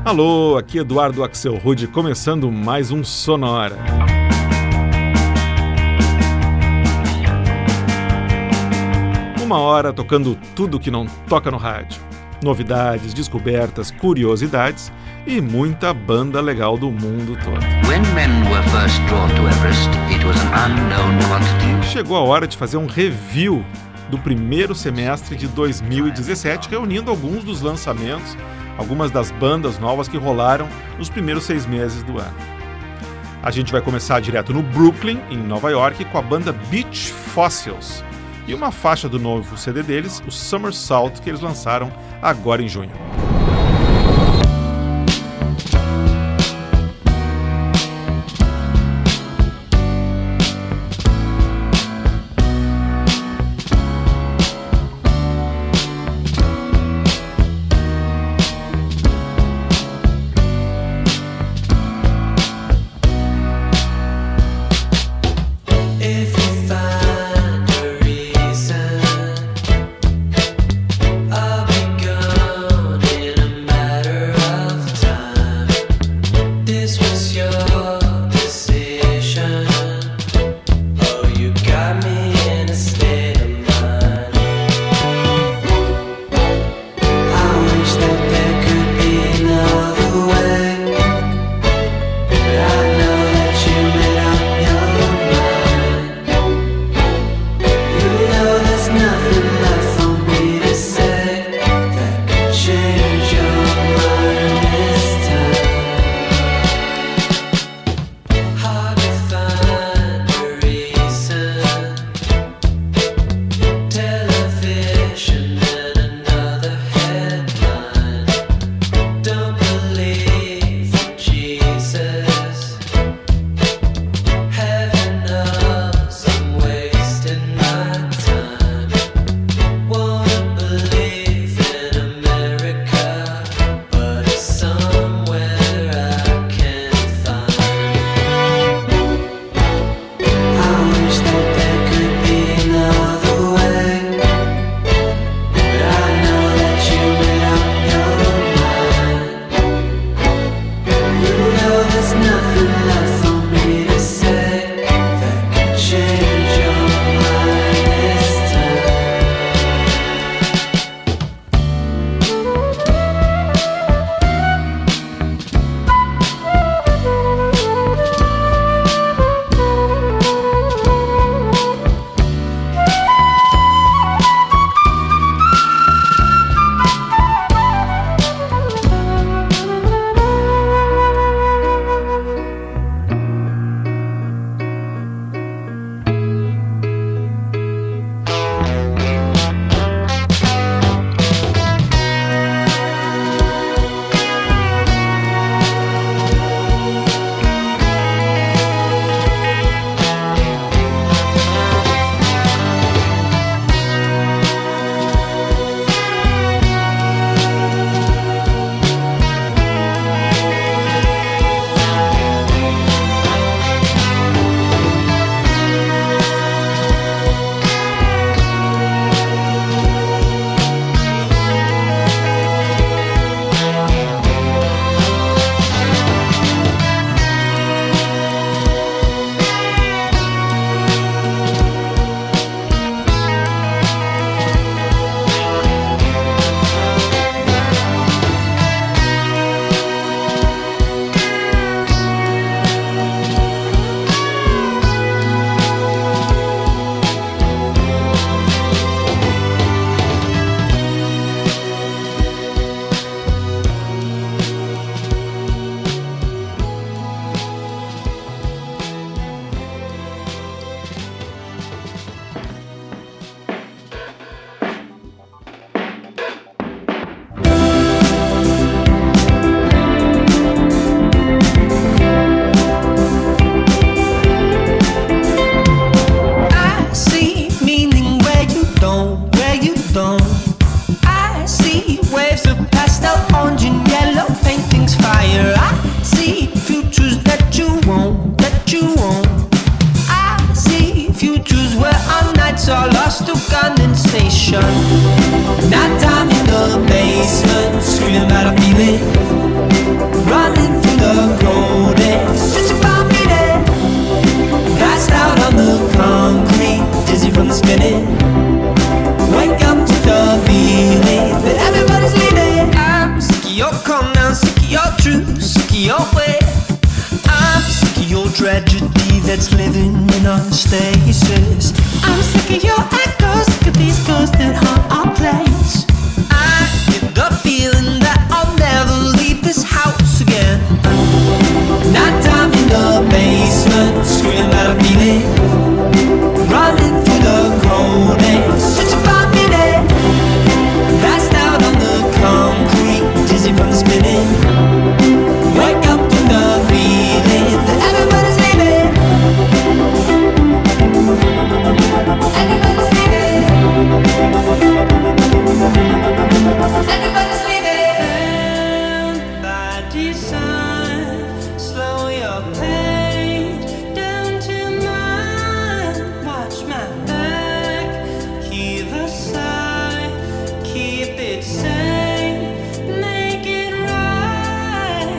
Alô, aqui Eduardo Axelrod, começando mais um Sonora. Uma hora tocando tudo que não toca no rádio. Novidades, descobertas, curiosidades e muita banda legal do mundo todo. Chegou a hora de fazer um review do primeiro semestre de 2017, reunindo alguns dos lançamentos, algumas das bandas novas que rolaram nos primeiros 6 meses do ano. A gente vai começar direto no Brooklyn, em Nova York, com a banda Beach Fossils e uma faixa do novo CD deles, o Somersault, que eles lançaram agora em junho. Nighttime in the basement, screaming about a feeling. that's living in our stasis. I'm sick of your echoes, sick of these ghosts that haunt our place. I get the feeling that I'll never leave this house again. Nighttime in the basement, screaming out a feeling, running through the cold air, searching for a minute. Passed out on the concrete, dizzy from the spinning. Wake up to the feeling that everybody's leaving. Everybody's leaving. Everybody's leaving. And by design, slow your pace down to mine. Watch my back, heave a sigh, keep it safe, make it right.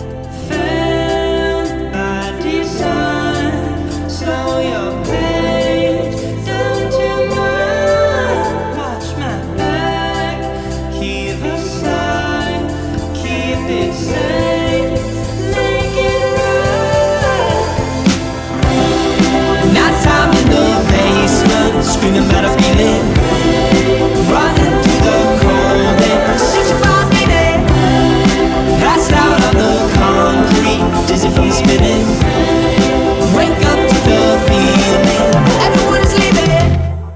Found by design, slow your pace down to mine. Watch my back, heave a sigh, keep it safe, make it right. Nighttime in the basement, screaming about a feeling, running through the cold air, searching for a meaning. Passed out on the concrete, dizzy from the spinning. Wake up to the feeling, everyone is leaving.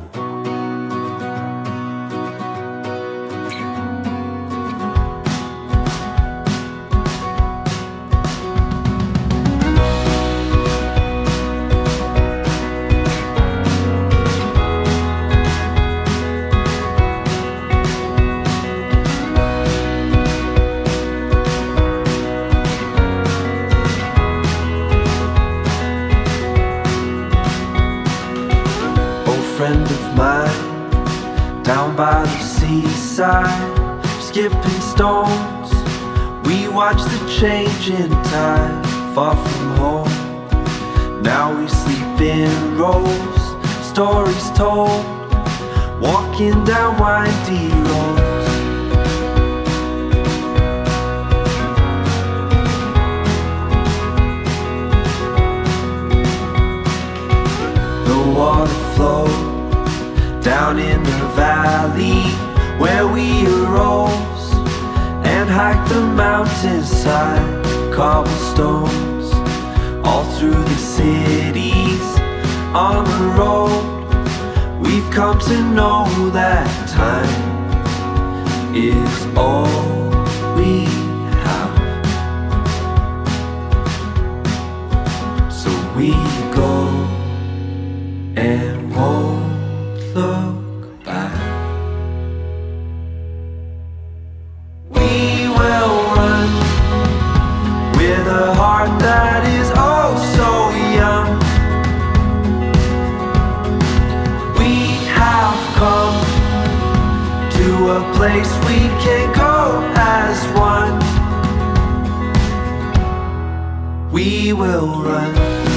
Old friend of mine, down by the seaside, skipping stones. We watch the change in time, far from home. Now we sleep in rows, stories told, walking down windy roads. The water flowed down in the valley where we arose and hiked the mountainside, cobblestones, all through the cities on the road. We've come to know that time is all we have. So we go and won't look back. We will run with a heart that is oh so young. We have come to a place we can go as one. We will run.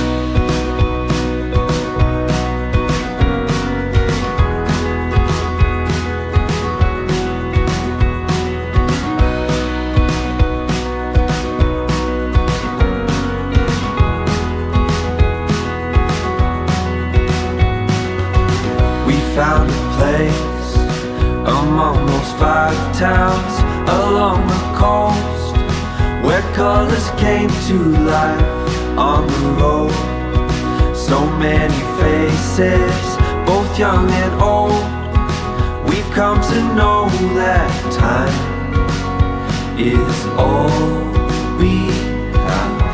Found a place among those 5 towns along the coast where colors came to life on the road. So many faces, both young and old. We've come to know that time is all we have.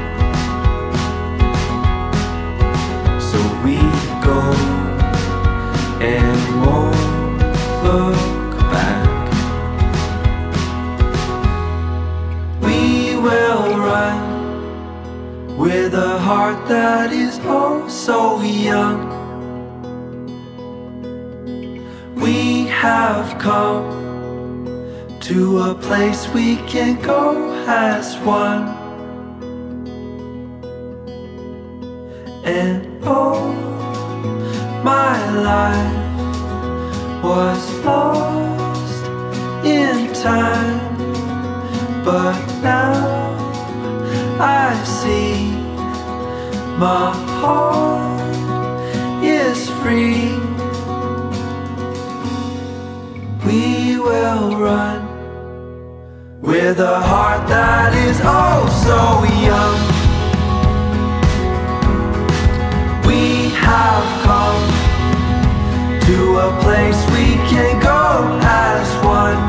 So we go and won't look back. We will run with a heart that is oh so young. We have come to a place we can go as one. And oh, my life was lost in time, but now I see My heart is free. We will run with a heart that is oh so young. We have come to a place we can go as one.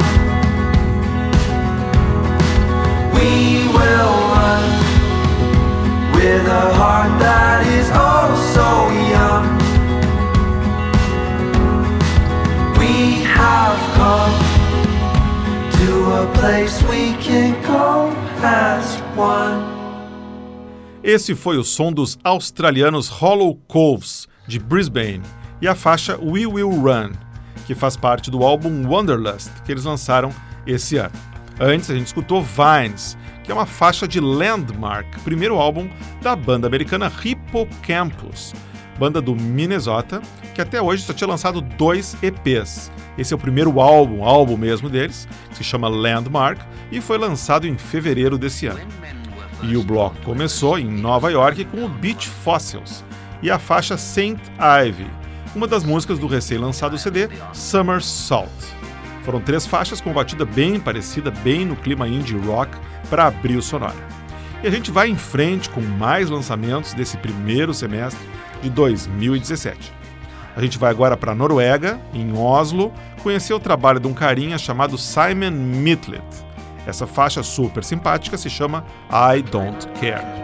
We will run with a heart that is oh so young. We have come to a place we can go as one. Esse foi o som dos australianos Hollow Coves, de Brisbane, e a faixa We Will Run, que faz parte do álbum Wanderlust, que eles lançaram esse ano. Antes a gente escutou Vines, que é uma faixa de Landmark, primeiro álbum da banda americana Hippocampus, banda do Minnesota, que até hoje só tinha lançado 2 EPs. Esse é o primeiro álbum mesmo deles, que se chama Landmark, e foi lançado em fevereiro desse ano. E o bloco começou em Nova York com o Beach Fossils e a faixa Saint Ivy, uma das músicas do recém-lançado CD Summer Salt. Foram 3 faixas com batida bem parecida, bem no clima indie rock, para abrir o sonoro. E a gente vai em frente com mais lançamentos desse primeiro semestre de 2017. A gente vai agora para a Noruega, em Oslo, conhecer o trabalho de um carinha chamado Simon Mitlet. Essa faixa super simpática se chama I Don't Care.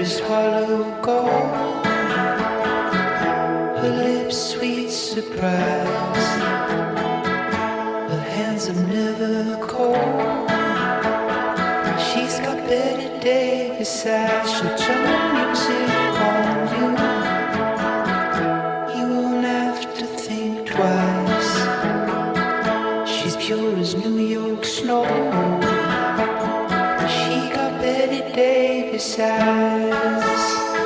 is hollow gold. Her lips sweet surprise. Her hands are never cold. She's got Betty Davis eyes. She'll turn the music on you. You won't have to think twice. She's pure as New York snow. She got Betty Davis eyes.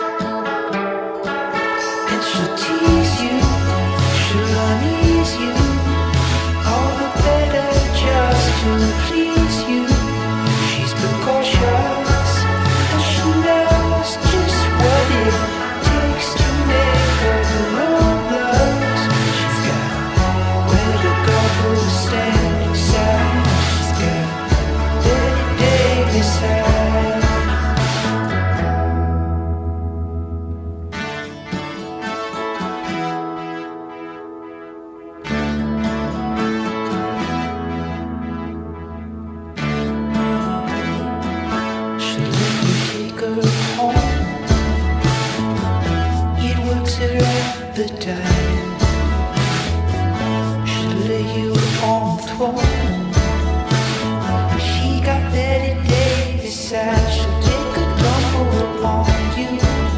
And she'll tease you, she'll unease you, all the better just to please you. She's precautious, and she knows just what it takes to make her own blush. She's got where the goggles stand aside. She's got Betty Davis eyes. She'll let you take her home. It works her appetite. She'll lay you on the throne. She got Betty Davis eyes. She'll take a tumble on you,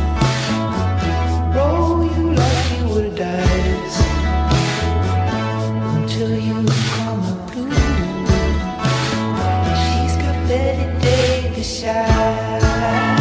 roll you like you were dice, until you come unglued. She's got Betty Davis eyes.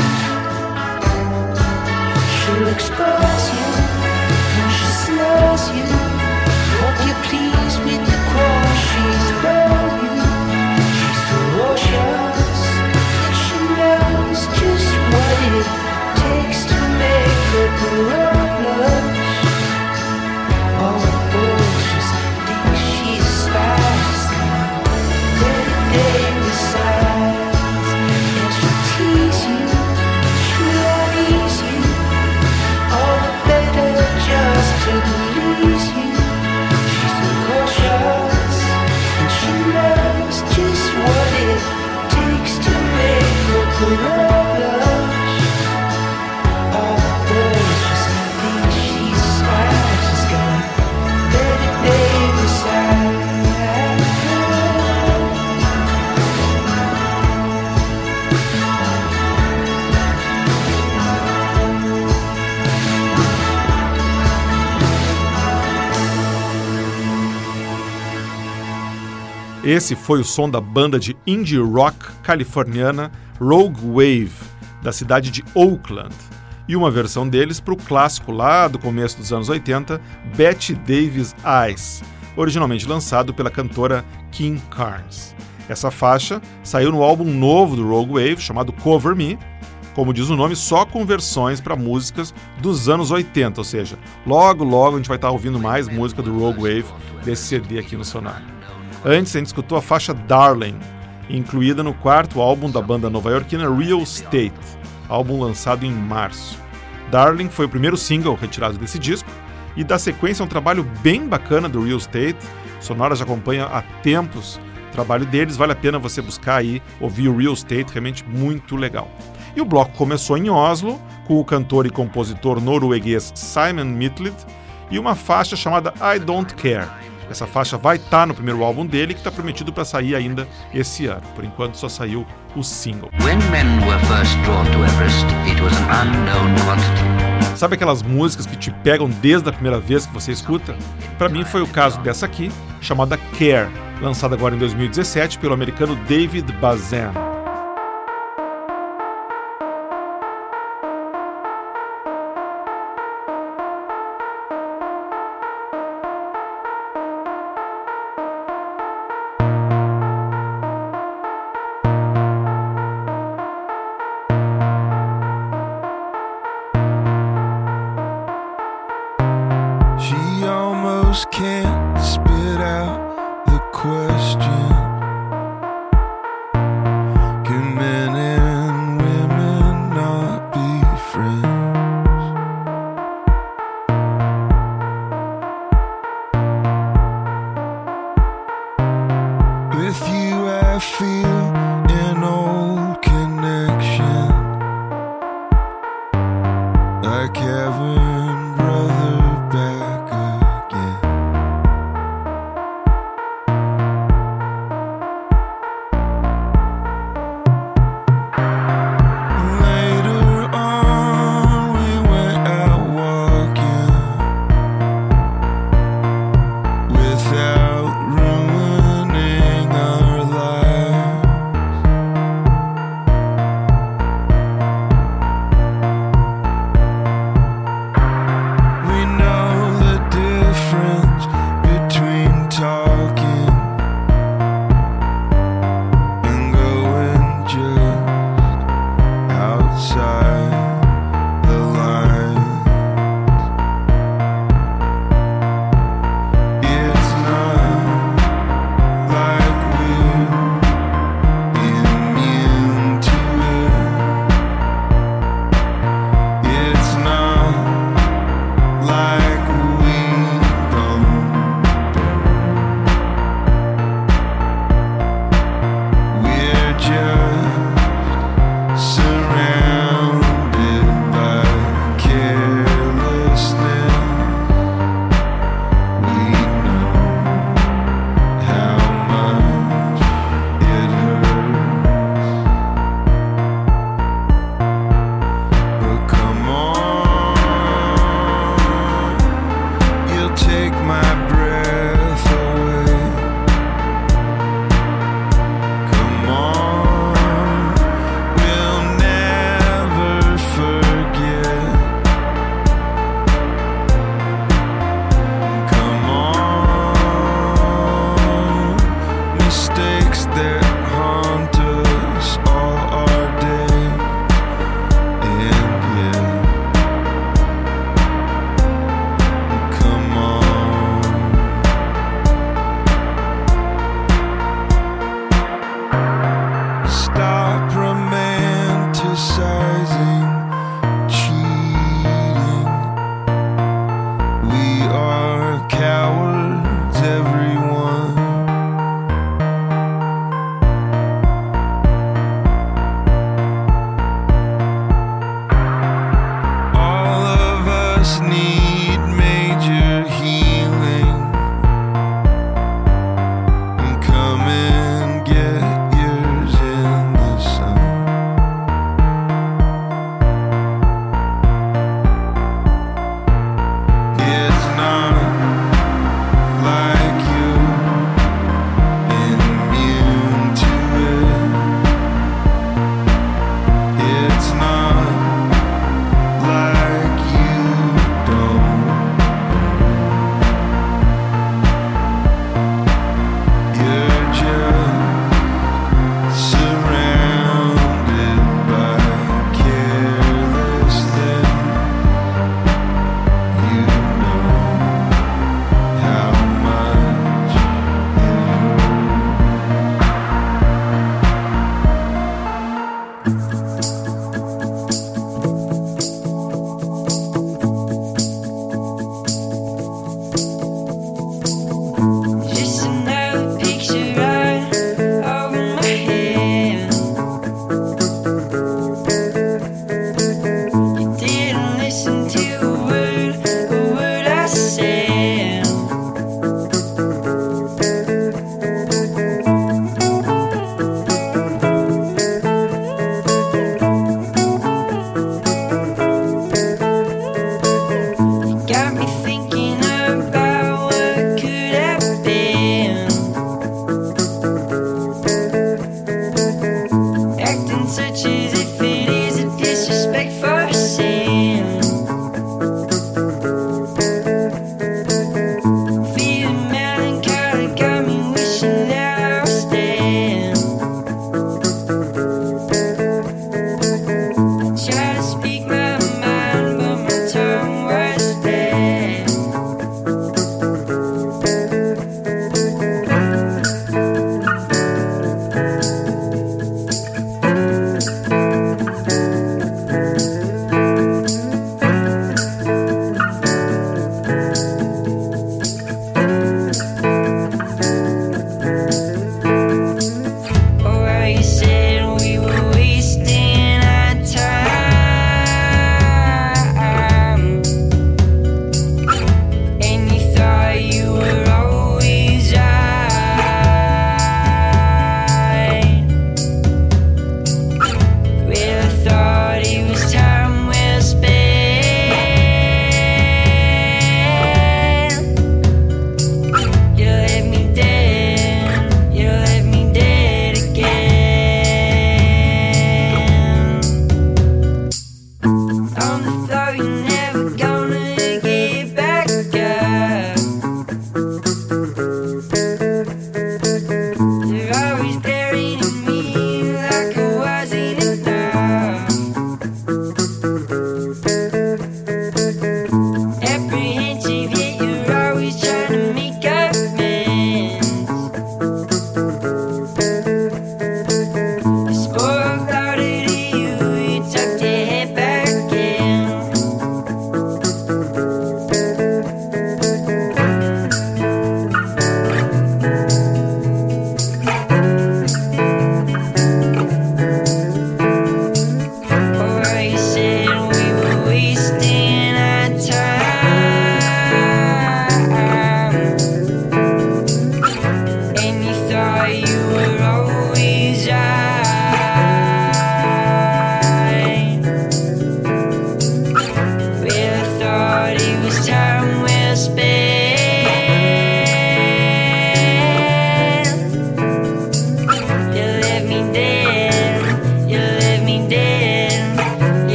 She'll expose you when she slows you. Hope you're pleased with the cross she throws you. She's ferocious, and she knows just what it takes to make her girl blush. All the boys just think she's a spy. She's got Betty Davis eyes. And she'll tease you, she'll unease you, all the better just to please you. She's precautious, and she knows just what it takes to make her girl blush. All the boys just think she's a spy. She's got Betty Davis eyes. Esse foi o som da banda de indie rock californiana Rogue Wave, da cidade de Oakland, e uma versão deles para o clássico lá do começo dos anos 80, Betty Davis Eyes, originalmente lançado pela cantora Kim Carnes. Essa faixa saiu no álbum novo do Rogue Wave, chamado Cover Me, como diz o nome, só com versões para músicas dos anos 80, ou seja, logo a gente vai estar ouvindo mais música do Rogue Wave desse CD aqui no Sonar. Antes a gente escutou a faixa Darling, incluída no quarto álbum da banda nova-iorquina Real Estate, álbum lançado em março. Darling foi o primeiro single retirado desse disco e dá sequência a um trabalho bem bacana do Real Estate. Sonora já acompanha há tempos o trabalho deles, vale a pena você buscar aí, ouvir o Real Estate, realmente muito legal. E o bloco começou em Oslo, com o cantor e compositor norueguês Simon Midtlied e uma faixa chamada I Don't Care. Essa faixa vai estar no primeiro álbum dele, que está prometido para sair ainda esse ano. Por enquanto só saiu o single. Sabe aquelas músicas que te pegam desde a primeira vez que você escuta? Para mim foi o caso dessa aqui, chamada Care, lançada agora em 2017 pelo americano David Bazan. Can't spit out the question.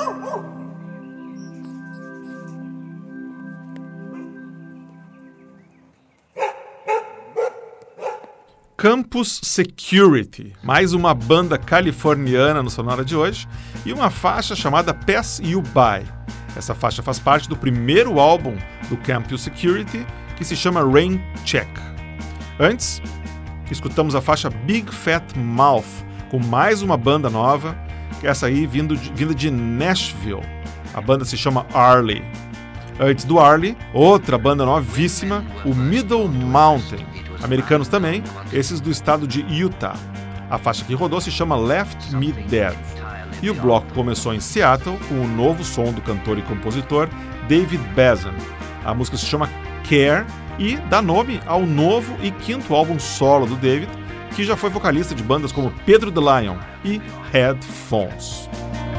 Campus Security, mais uma banda californiana no Sonora de hoje, e uma faixa chamada Pass You By. Essa faixa faz parte do primeiro álbum do Campus Security, que se chama Rain Check. Antes, escutamos a faixa Big Fat Mouth, com mais uma banda nova, essa aí vinda de Nashville. A banda se chama Arlie. Antes do Arlie, outra banda novíssima, o Middle Mountain. Americanos também, esses do estado de Utah. A faixa que rodou se chama Left Me Dead. E o bloco começou em Seattle com o novo som do cantor e compositor David Bazan. A música se chama Care e dá nome ao novo e quinto álbum solo do David, que já foi vocalista de bandas como Pedro the Lion e Headphones.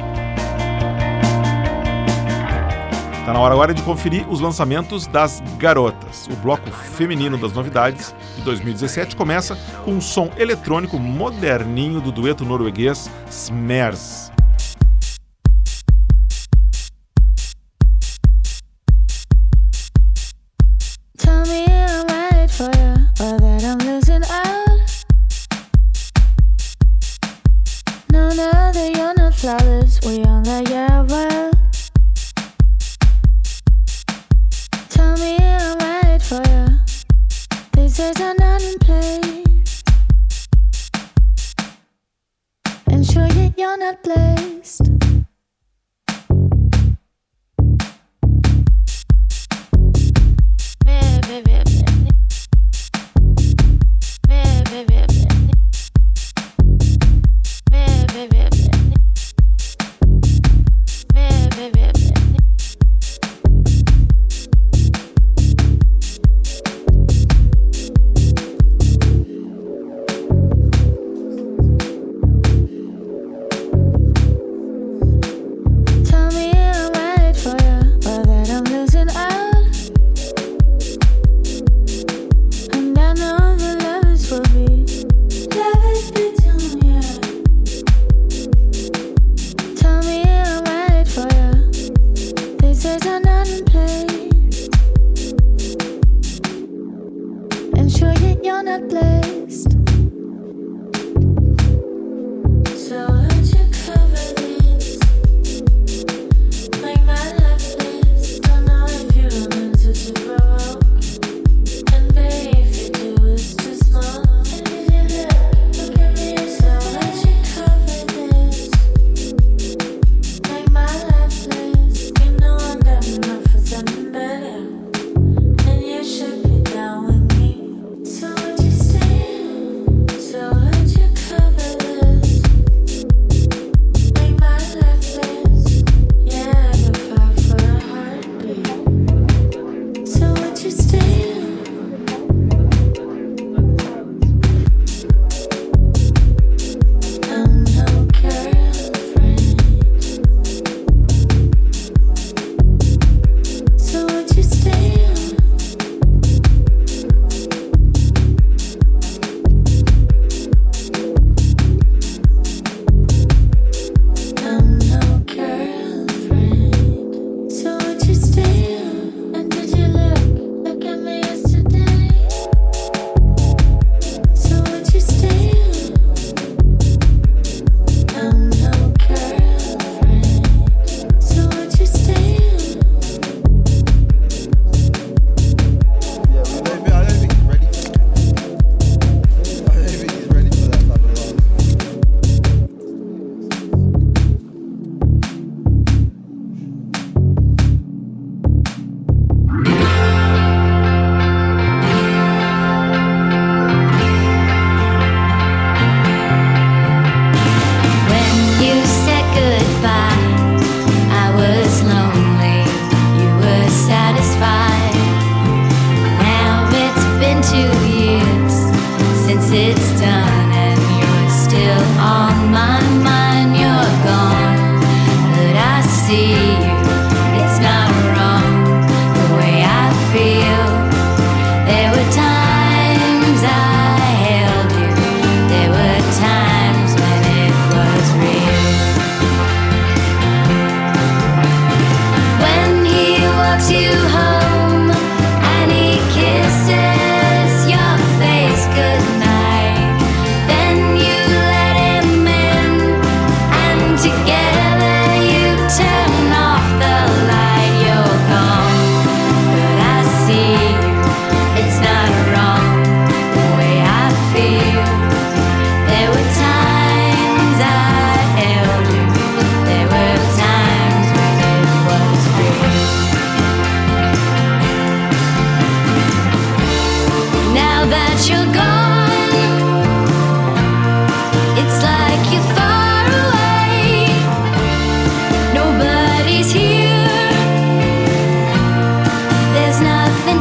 Está na hora agora de conferir os lançamentos das garotas. O bloco feminino das novidades de 2017 começa com um som eletrônico moderninho do dueto norueguês Smers. Tell me I'm right for you, or that I'm losing out. No, no, that you're not flawless, we on that, yeah, well. Tell me I'm right for you. These days are not in place. Ensure that you're not placed.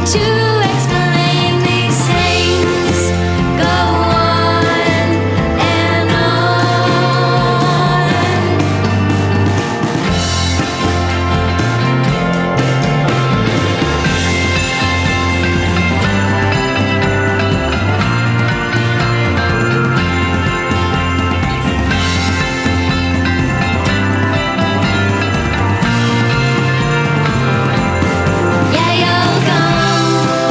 Yeah, you're gone.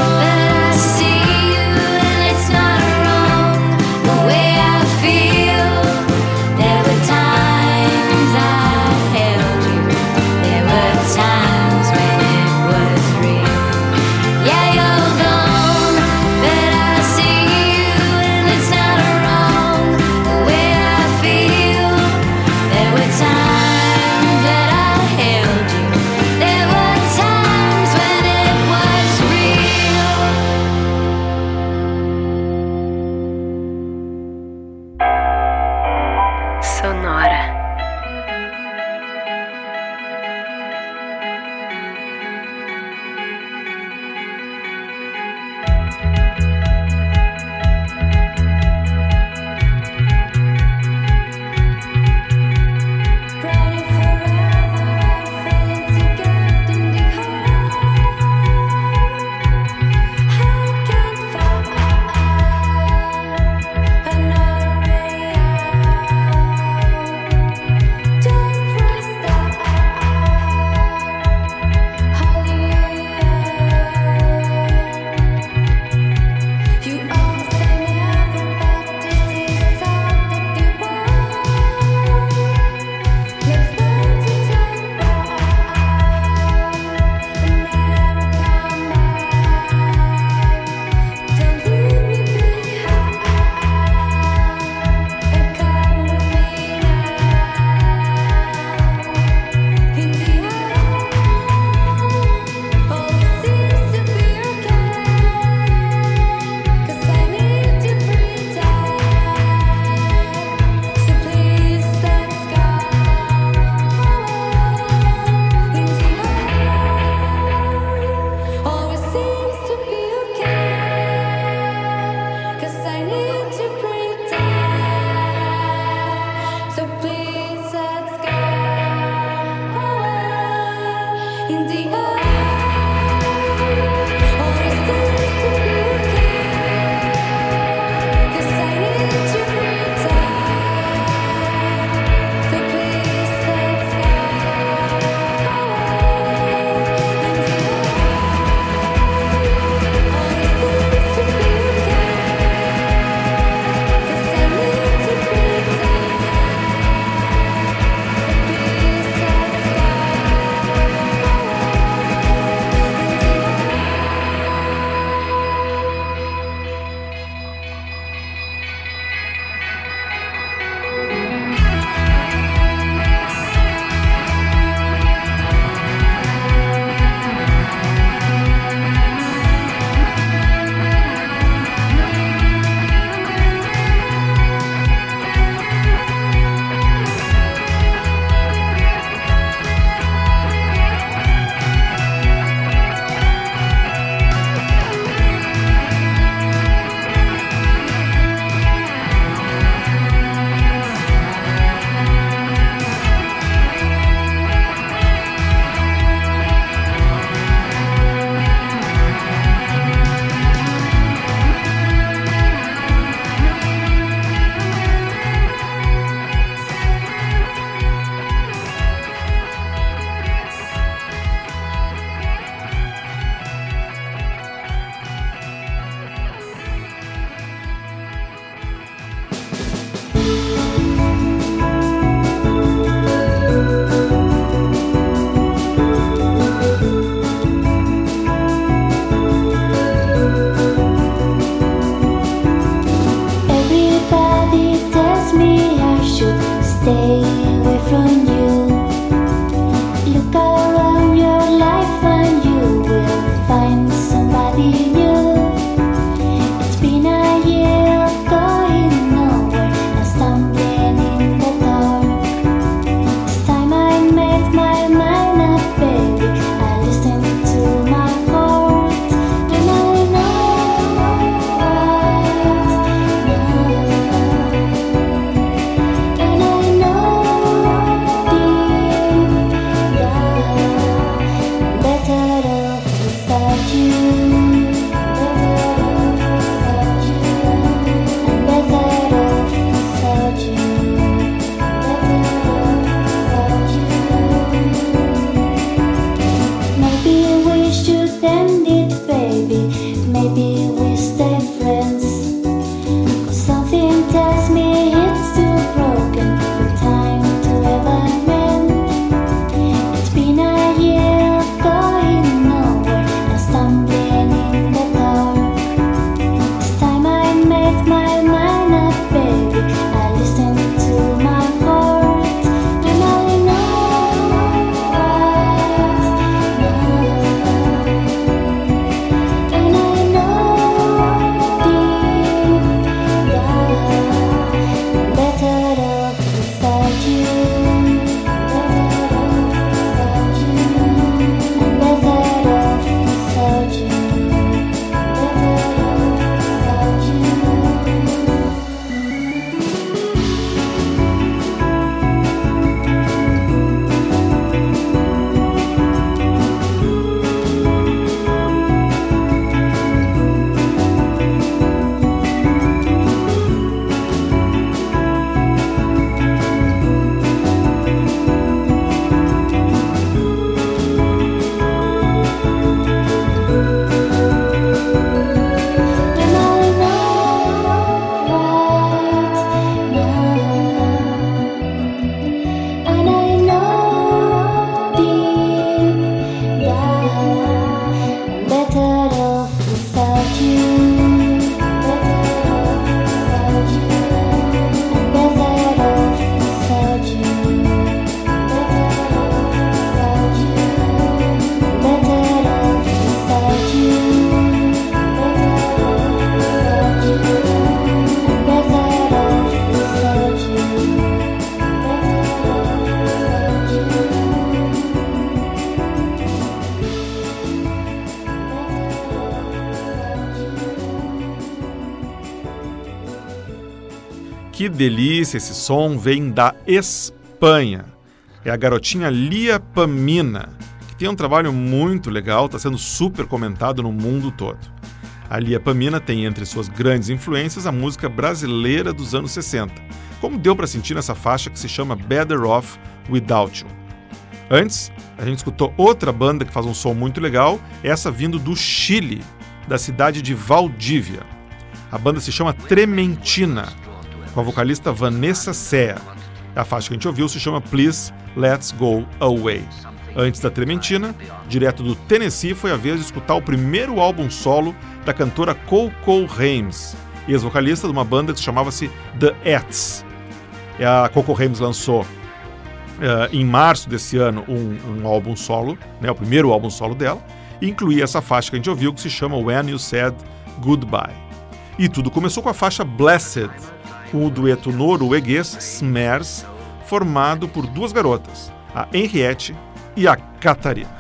Que delícia esse som, vem da Espanha. É a garotinha Lia Pamina, que tem um trabalho muito legal, está sendo super comentado no mundo todo. A Lia Pamina tem entre suas grandes influências a música brasileira dos anos 60, como deu para sentir nessa faixa que se chama Better Off Without You. Antes, a gente escutou outra banda que faz um som muito legal, essa vindo do Chile, da cidade de Valdívia. A banda se chama Trementina, com a vocalista Vanessa Sea. A faixa que a gente ouviu se chama Please Let's Go Away. Antes da Trementina, direto do Tennessee, foi a vez de escutar o primeiro álbum solo da cantora Coco Hames, ex-vocalista de uma banda que chamava-se The Ats. A Coco Hames lançou em março desse ano um álbum solo, né, o primeiro álbum solo dela, e incluía essa faixa que a gente ouviu que se chama When You Said Goodbye. E tudo começou com a faixa Blessed, com o dueto norueguês Smers, formado por duas garotas, a Henriette e a Catarina.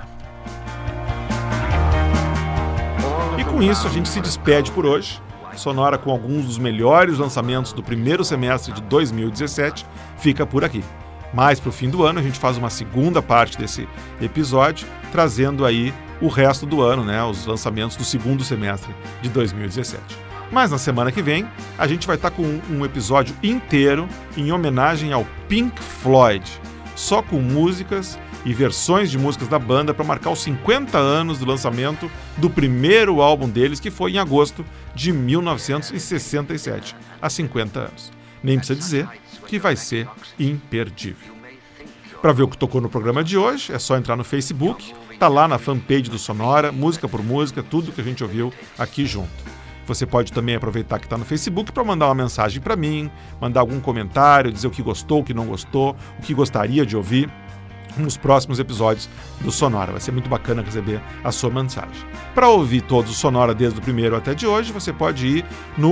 E com isso a gente se despede por hoje. Sonora com alguns dos melhores lançamentos do primeiro semestre de 2017 fica por aqui. Mais para o fim do ano a gente faz uma segunda parte desse episódio, trazendo aí o resto do ano, né, os lançamentos do segundo semestre de 2017. Mas na semana que vem a gente vai estar com um episódio inteiro em homenagem ao Pink Floyd, só com músicas e versões de músicas da banda para marcar os 50 anos do lançamento do primeiro álbum deles, que foi em agosto de 1967, há 50 anos. Nem precisa dizer que vai ser imperdível. Para ver o que tocou no programa de hoje, é só entrar no Facebook, tá lá na fanpage do Sonora, música por música, tudo que a gente ouviu aqui junto. Você pode também aproveitar que está no Facebook para mandar uma mensagem para mim, mandar algum comentário, dizer o que gostou, o que não gostou, o que gostaria de ouvir nos próximos episódios do Sonora. Vai ser muito bacana receber a sua mensagem. Para ouvir todos os Sonora desde o primeiro até de hoje, você pode ir no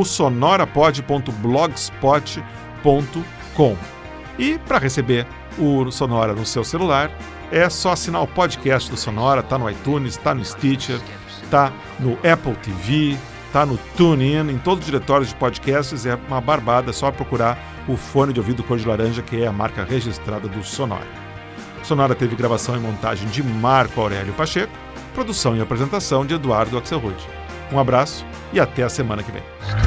sonorapod.blogspot.com. E para receber o Sonora no seu celular, é só assinar o podcast do Sonora, tá no iTunes, tá no Stitcher, tá no Apple TV, tá no TuneIn, em todos os diretórios de podcasts. É uma barbada, é só procurar o fone de ouvido cor de laranja, que é a marca registrada do Sonora. Sonora teve gravação e montagem de Marco Aurélio Pacheco, produção e apresentação de Eduardo Axelrod. Um abraço e até a semana que vem.